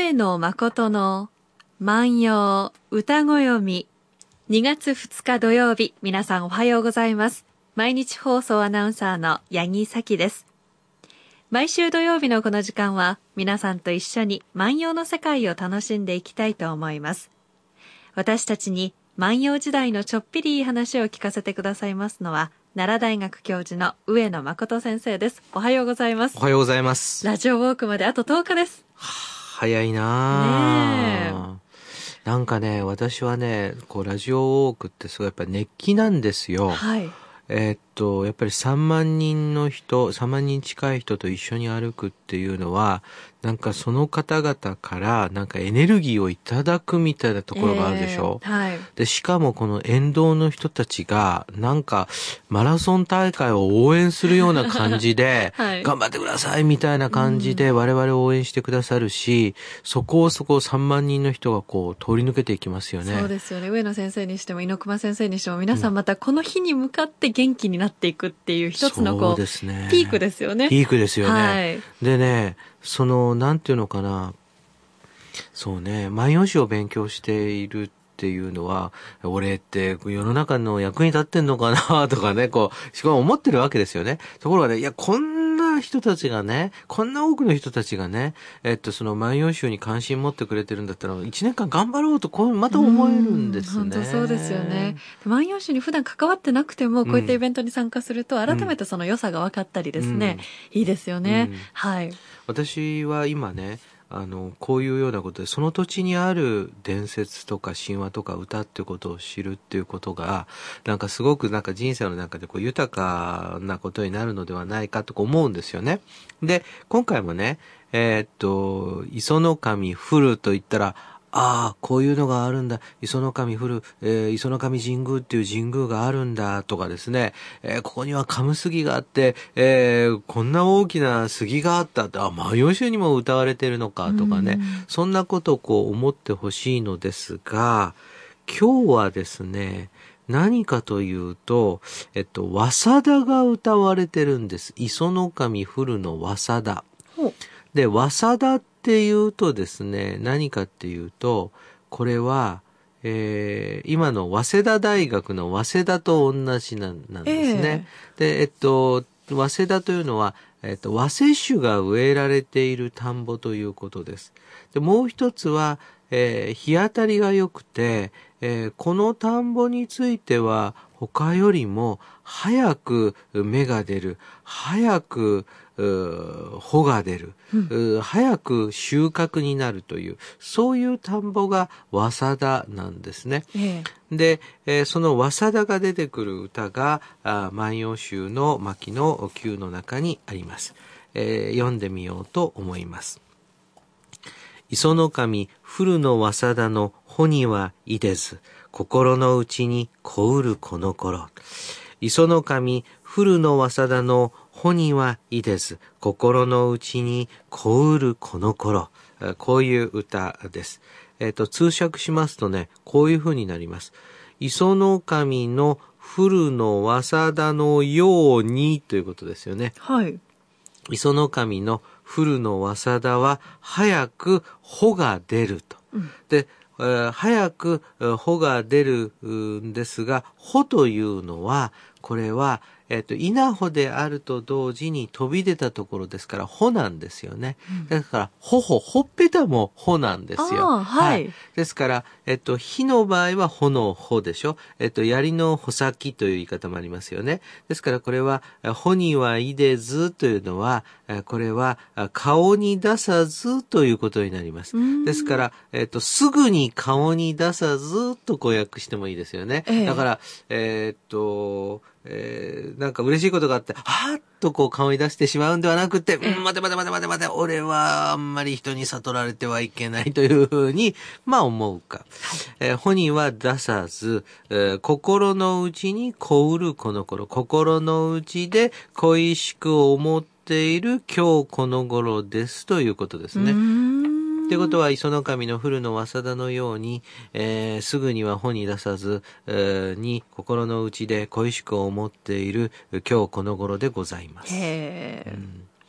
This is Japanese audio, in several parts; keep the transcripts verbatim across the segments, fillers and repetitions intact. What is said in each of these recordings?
上野誠の万葉歌ご読み。にがつふつか土曜日、皆さんおはようございます。毎日放送アナウンサーの八木咲です。毎週土曜日のこの時間は、皆さんと一緒に万葉の世界を楽しんでいきたいと思います。私たちに万葉時代のちょっぴりいい話を聞かせてくださいますのは、奈良大学教授の上野誠先生です。おはようございます。 おはようございます。 ラジオウォークまであととおかです。 はあ、早いなねえ。なんかね、私はね、こうラジオウォークってすごいやっぱ熱気なんですよ。 はい。 えーっとやっぱりさんまんにんの人、さんまんにん近い人と一緒に歩くっていうのは、なんかその方々からなんかエネルギーをいただくみたいなところがあるでしょ、 えーはい、 でしかもこの沿道の人たちがなんかマラソン大会を応援するような感じで、はい、頑張ってくださいみたいな感じで我々を応援してくださるし、うん、そこをそこをさんまんにんの人がこう通り抜けていきますよね。 そうですよね。上野先生にしても猪熊先生にしても皆さんまたこの日に向かって元気になっていくっていう一つのこう、そうですね、ピークですよね。 ピークですよね。 はい、 でね、そのなんていうのかな、そうね、万葉集を勉強しているっていうのは、俺って世の中の役に立ってんのかなとかね、こうしかも思ってるわけですよね。ところがね、いやこんな人たちがね、こんな多くの人たちがね、えっとその万葉集に関心持ってくれてるんだったらいちねんかん頑張ろうとこうまた思えるんですね。 本当そうですよね。万葉集に普段関わってなくてもこういったイベントに参加すると、うん、改めてその良さが分かったりですね、うん、いいですよね、うん、はい。 私は今ね、あのこういうようなことでその土地にある伝説とか神話とか歌っていうことを知るっていうことがなんかすごくなんか人生の中でこう豊かなことになるのではないかと思うんですよね。で今回もね、えー、っと磯の神降ると言ったら、ああ、こういうのがあるんだ。磯の神降る、えー、磯の神神宮っていう神宮があるんだとかですね、えー、ここにはカム杉があって、えー、こんな大きな杉があったって、あ、万葉集にも歌われてるのかとかね、そんなことをこう思ってほしいのですが、今日はですね、何かというと、えっと、早稲田が歌われてるんです。磯の神降るの早稲田。で、早稲田ってっていうとですね、何かっていうと、これは、えー、今の早稲田大学の早稲田と同じなんですね。えー、で、えっと、早稲田というのは、えっと、早生種が植えられている田んぼということです。で、もう一つは、えー、日当たりが良くて、えー、この田んぼについては他よりも早く芽が出る、早く穂が出る、うん、早く収穫になるという、そういう田んぼが早稲田なんですね。ええ、で、えー、その早稲田が出てくる歌が万葉集の牧の九の中にあります。えー、読んでみようと思います。磯の神降るの早稲田の穂にはいでず、心の内にこうるこの頃。磯の神降るの早稲田の穂にはいでず、心の内にこうるこの頃。こういう歌です。えっと、通訳しますとね、こういう風になります。磯の神の降るの早稲田のようにということですよね。 はい。 磯の神の降るの早稲田は早く穂が出ると。うん、で、えー、早く穂が出るんですが、穂というのは、これは、えっと、稲穂であると同時に飛び出たところですから、穂なんですよね。うん、だから、ほほ、ほっぺたも穂なんですよ。 はい。はい。 ですから、えっと、火の場合は穂の穂でしょ。えっと、槍の穂先という言い方もありますよね。ですから、これは、穂にはいでずというのは、これは、顔に出さずということになります。ですから、えっと、すぐに顔に出さずとこう訳してもいいですよね。ええ、だから、えー、っと、えー、なんか嬉しいことがあって、はーっとこう顔に出してしまうんではなくて、うん、待て待て待て待て待て、俺はあんまり人に悟られてはいけないというふうに、まあ思うか。はい、えー、本人は出さず、えー、心の内にこうるこの頃、心の内で恋しく思っている今日この頃ですということですね。ということは、磯の神の降るの早稲田のように、えー、すぐには穂に出さず、えー、に心の内で恋しく思っている今日この頃でございます。 へー、 うん、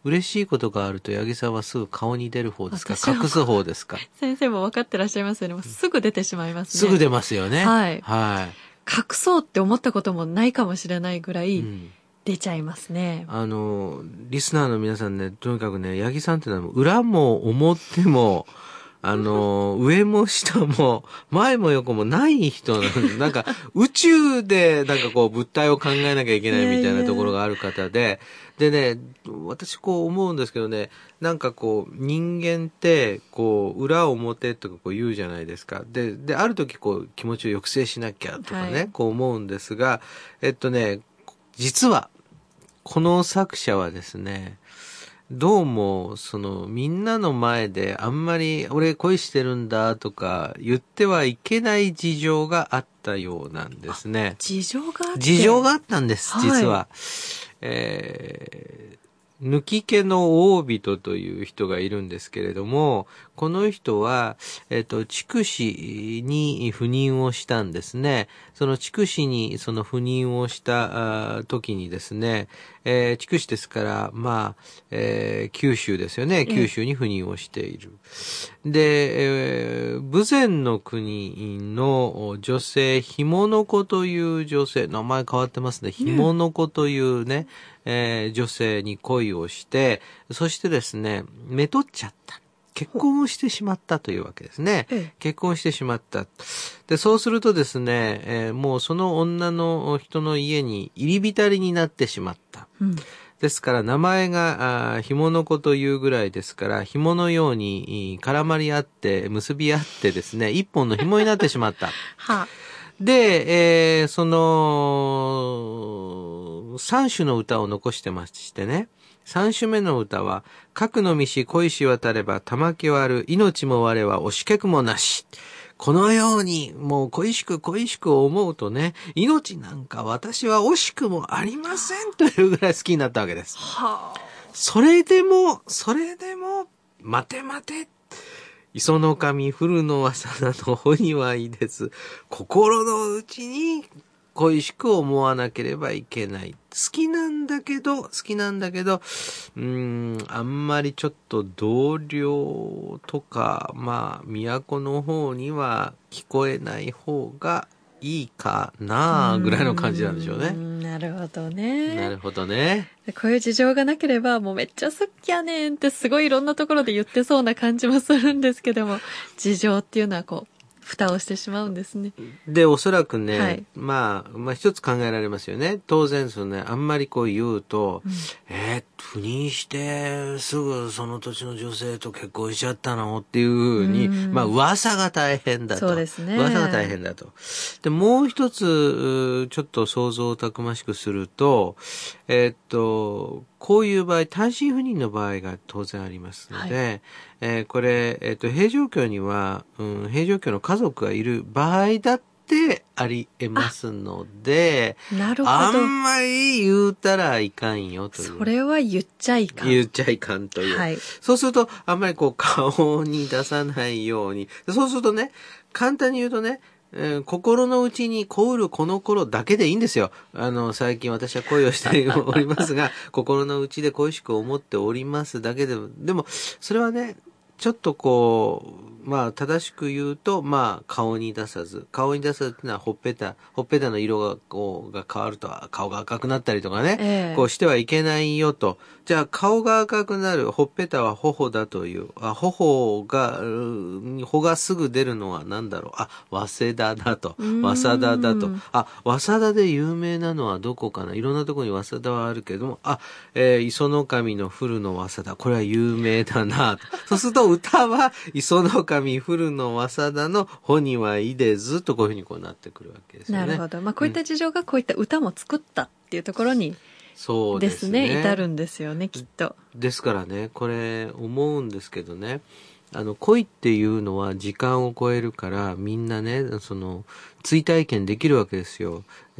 嬉しいことがあると八木さんはすぐ顔に出る方ですか、 私は隠す方ですか？ 先生も分かってらっしゃいますよね。もうすぐ出てしまいますね。 すぐ出ますよね。 はい。 はい。 隠そうって思ったこともないかもしれないぐらい、 うん出ちゃいますね。 あの、リスナーの皆さんね、とにかくね、八木さんってのは裏も表も、あの、上も下も、前も横もない人なんです。なんか、宇宙で、なんかこう、物体を考えなきゃいけないみたいなところがある方で、でね、私こう思うんですけどね、なんかこう、人間って、こう、裏表とかこう言うじゃないですか。で、で、ある時こう、気持ちを抑制しなきゃとかね、はい、こう思うんですが、えっとね、実は、この作者はですね、どうも、その、みんなの前であんまり俺恋してるんだとか言ってはいけない事情があったようなんですね。 事情があって事情があったんです、実は。 はい、 えー、抜き家の大人という人がいるんですけれども、この人は、えっと、筑紫に赴任をしたんですね。その筑紫にその赴任をした時にですね、えー、筑紫ですから、まあ、えー、九州ですよね。九州に赴任をしている。で、えー、豊前の国の女性、ひもの子という女性、名前変わってますね。ひもの子というね、えー、女性に恋をして、そしてですね、めとっちゃった。結婚をしてしまったというわけですね。結婚してしまった。で、そうするとですね、えー、もうその女の人の家に入り浸りになってしまった。うん、ですから名前が紐の子というぐらいですから、紐のように絡まり合って結び合ってですね、一本の紐になってしまった。はあ、で、えー、その三種の歌を残してましてね。三種目の歌は、核の実し恋し渡れば玉木割る、命も我は惜しけくもなし。このように、もう恋しく恋しく思うとね、命なんか私は惜しくもありませんというぐらい好きになったわけです。はあ、それでも、それでも、待て待て。磯の神古野わさなの方にはいいです。心の内に恋しく思わなければいけない。好きなんだけど、好きなんだけど、うーん、あんまりちょっと同僚とか、まあ、都の方には聞こえない方がいいかなぐらいの感じなんでしょうね。 なるほどね。 なるほどね。 こういう事情がなければ、もうめっちゃ好きやねんってすごいいろんなところで言ってそうな感じもするんですけども、事情っていうのはこう、蓋をしてしまうんですね。 で、おそらくね、はい、まあ、まあ一つ考えられますよね。当然そのね、あんまりこう言うと、うん、えー、赴任してすぐその土地の女性と結婚しちゃったのっていうふうに、まあ噂が大変だと。 そうですね。 噂が大変だと。で、もう一つ、ちょっと想像をたくましくすると、えー、っと、こういう場合、単身赴任の場合が当然ありますので、はい、えー、これ、えっと、平城京には、うん、平城京の家族がいる場合だってあり得ますので、 なるほど。 あんまり言うたらいかんよという。 それは言っちゃいかん。 言っちゃいかんという。はい、そうすると、あんまりこう顔に出さないように。そうするとね、簡単に言うとね、えー、心の内にこうるこの頃だけでいいんですよ。あの、最近私は恋をしておりますが、心の内で恋しく思っておりますだけでも、でも、それはね、ちょっとこう、まあ、正しく言うと、まあ、顔に出さず。顔に出さずっていうのは、ほっぺた、ほっぺたの色が、こう、が変わると、顔が赤くなったりとかね、えー、こうしてはいけないよと。じゃあ、顔が赤くなる、ほっぺたは頬だという。あ、頬が、頬がすぐ出るのは何だろう。あ、早稲田だと。早稲田だと。あ、早稲田で有名なのはどこかな。いろんなところに早稲田はあるけれども、あ、えー、磯の神の古の早稲田。これは有名だな。そうすると、歌は、磯の神古の早稲田の穂にはいでずとこういうふうにこうなってくるわけですよね。 なるほど。まあ、こういった事情がこういった歌も作ったっていうところに、 そうですね。 ですね。至るんですよね、きっと。 ですからね、これ思うんですけどね、あの恋っていうのは時間を超えるからみんなね、その追体験できるわけですよ。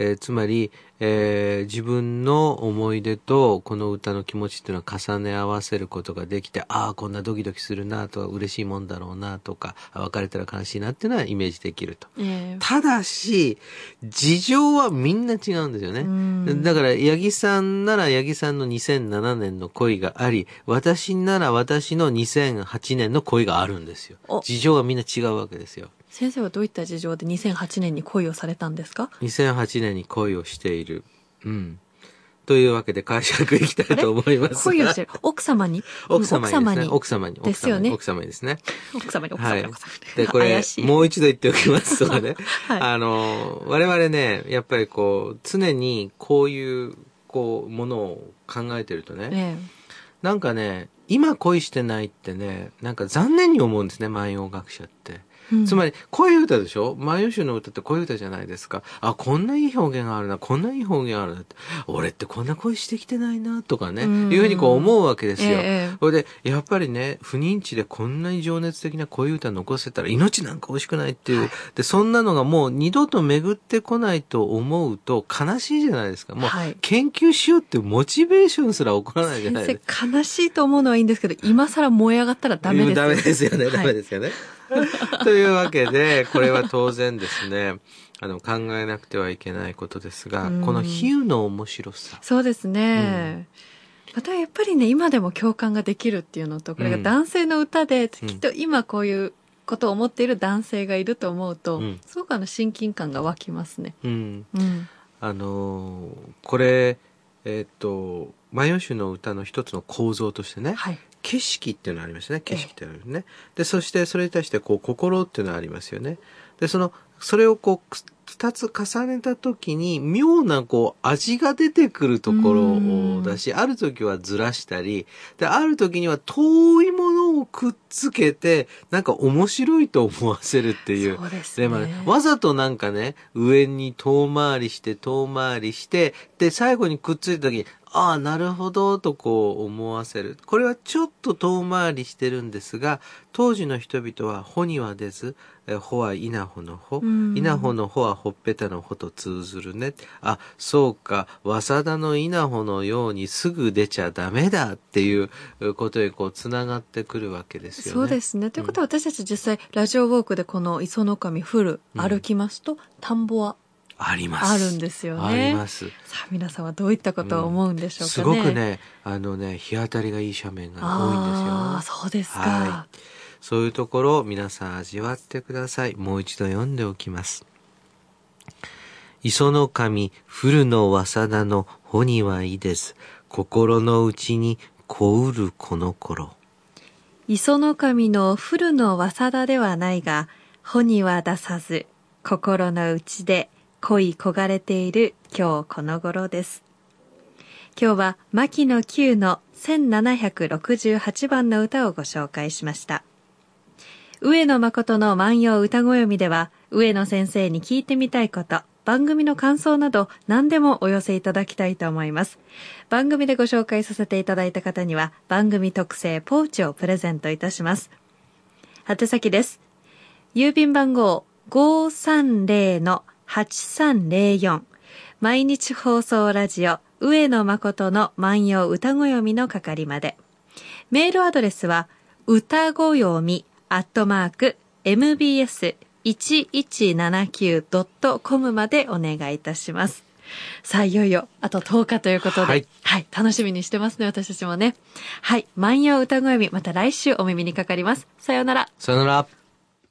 えー、つまり、えー、自分の思い出とこの歌の気持ちっていうのは重ね合わせることができて、ああこんなドキドキするなとか嬉しいもんだろうなとか、別れたら悲しいなっていうのはイメージできると、えー、ただし事情はみんな違うんですよね。だから八木さんなら八木さんのにせんななねんの恋があり、私なら私のにせんはちねんの恋があるんですよ。事情はみんな違うわけですよ。 先生はどういった事情でにせんはちねんに恋をされたんですか？ にせんはちねんに恋をしている。うん。というわけで解釈いきたいと思いますが。 恋をしてる。奥様に奥様にですね。奥様に。 ですよね。 奥様にですね。 奥様に、奥様に、奥様に。 で、これ、もう一度言っておきますとね。はい、あの、我々ね、やっぱりこう、常にこういう、こう、ものを考えてるとね。ええ、なんかね、今恋してないってね、なんか残念に思うんですね、万葉学者って。うん、つまり、恋歌でしょ？万葉集の歌って恋歌じゃないですか。あ、こんないい表現があるな、こんないい表現があるなって。俺ってこんな恋してきてないな、とかね、いうふうにこう思うわけですよ。ええ、それで、やっぱりね、不妊地でこんなに情熱的な恋歌残せたら命なんか惜しくないっていう。はい、で、そんなのがもう二度と巡ってこないと思うと悲しいじゃないですか。もう、研究しようってモチベーションすら起こらないじゃないですか。 先生、悲しいと思うのはいいんですけど、今更燃え上がったらダメですよね。 ダメですよね、ダメですよね。はいというわけで、これは当然ですね、あの、考えなくてはいけないことですが、この比喩の面白さ。 そうですね。うん、またやっぱりね、今でも共感ができるっていうのと、これが男性の歌で、うん、きっと今こういうことを思っている男性がいると思うと、うん、すごくあの親近感が湧きますね。うん。うん、 あのー、これ、えー、っと、万葉集の歌の一つの構造としてね、はい、景色っていうのがありますね。景色っていうのがありますね。で、そしてそれに対してこう心っていうのがありますよね。で、その、それをこう、二つ重ねたときに妙なこう味が出てくるところだし、ある時はずらしたり、で、ある時には遠いものをくっつけて、なんか面白いと思わせるっていう。 そうですね。 で、まあ、わざとなんかね、上に遠回りして遠回りして、で、最後にくっついた時に、ああ、なるほど、とこう思わせる。これはちょっと遠回りしてるんですが、当時の人々は、穂には出ず、穂は稲穂の穂。稲穂の穂はほっぺたの穂と通ずるね。あ、そうか、早田の稲穂のようにすぐ出ちゃダメだっていうことにこう、つながってくるわけですよね。 そうですね。ということは私たち実際、ラジオウォークでこの磯の神フル歩きますと、うん、田んぼは、 あります。 あるんですよね。 あります。 さあ皆さんはどういったことを思うんでしょうかね。 うん、すごくね、あのね、日当たりがいい斜面が多いんですよ。 ああ、そうですか、 はい。そういうところを皆さん味わってください。もう一度読んでおきます。磯の神、古の早田の穂にはいでず、心の内にこうるこの頃。 磯の神の古の早田ではないが、穂には出さず、心の内で恋焦がれている今日この頃です。今日は牧野九のせんななひゃくろくじゅうはちばんの歌をご紹介しました。上野誠の万葉歌ご読みでは、上野先生に聞いてみたいこと、番組の感想など何でもお寄せいただきたいと思います。番組でご紹介させていただいた方には番組特製ポーチをプレゼントいたします。宛先です。郵便番号 ごーさんぜろのはちさんぜろよん 毎日放送ラジオ上野誠の万葉歌ご読みの係まで。メールアドレスは歌ご読みアットマーク エムビーエスいちいちななきゅうドットコム までお願いいたします。さあいよいよあととおかということで、はい、はい、楽しみにしてますね、私たちもね。はい、万葉歌ご読みまた来週お耳にかかります。さようなら。 さようなら。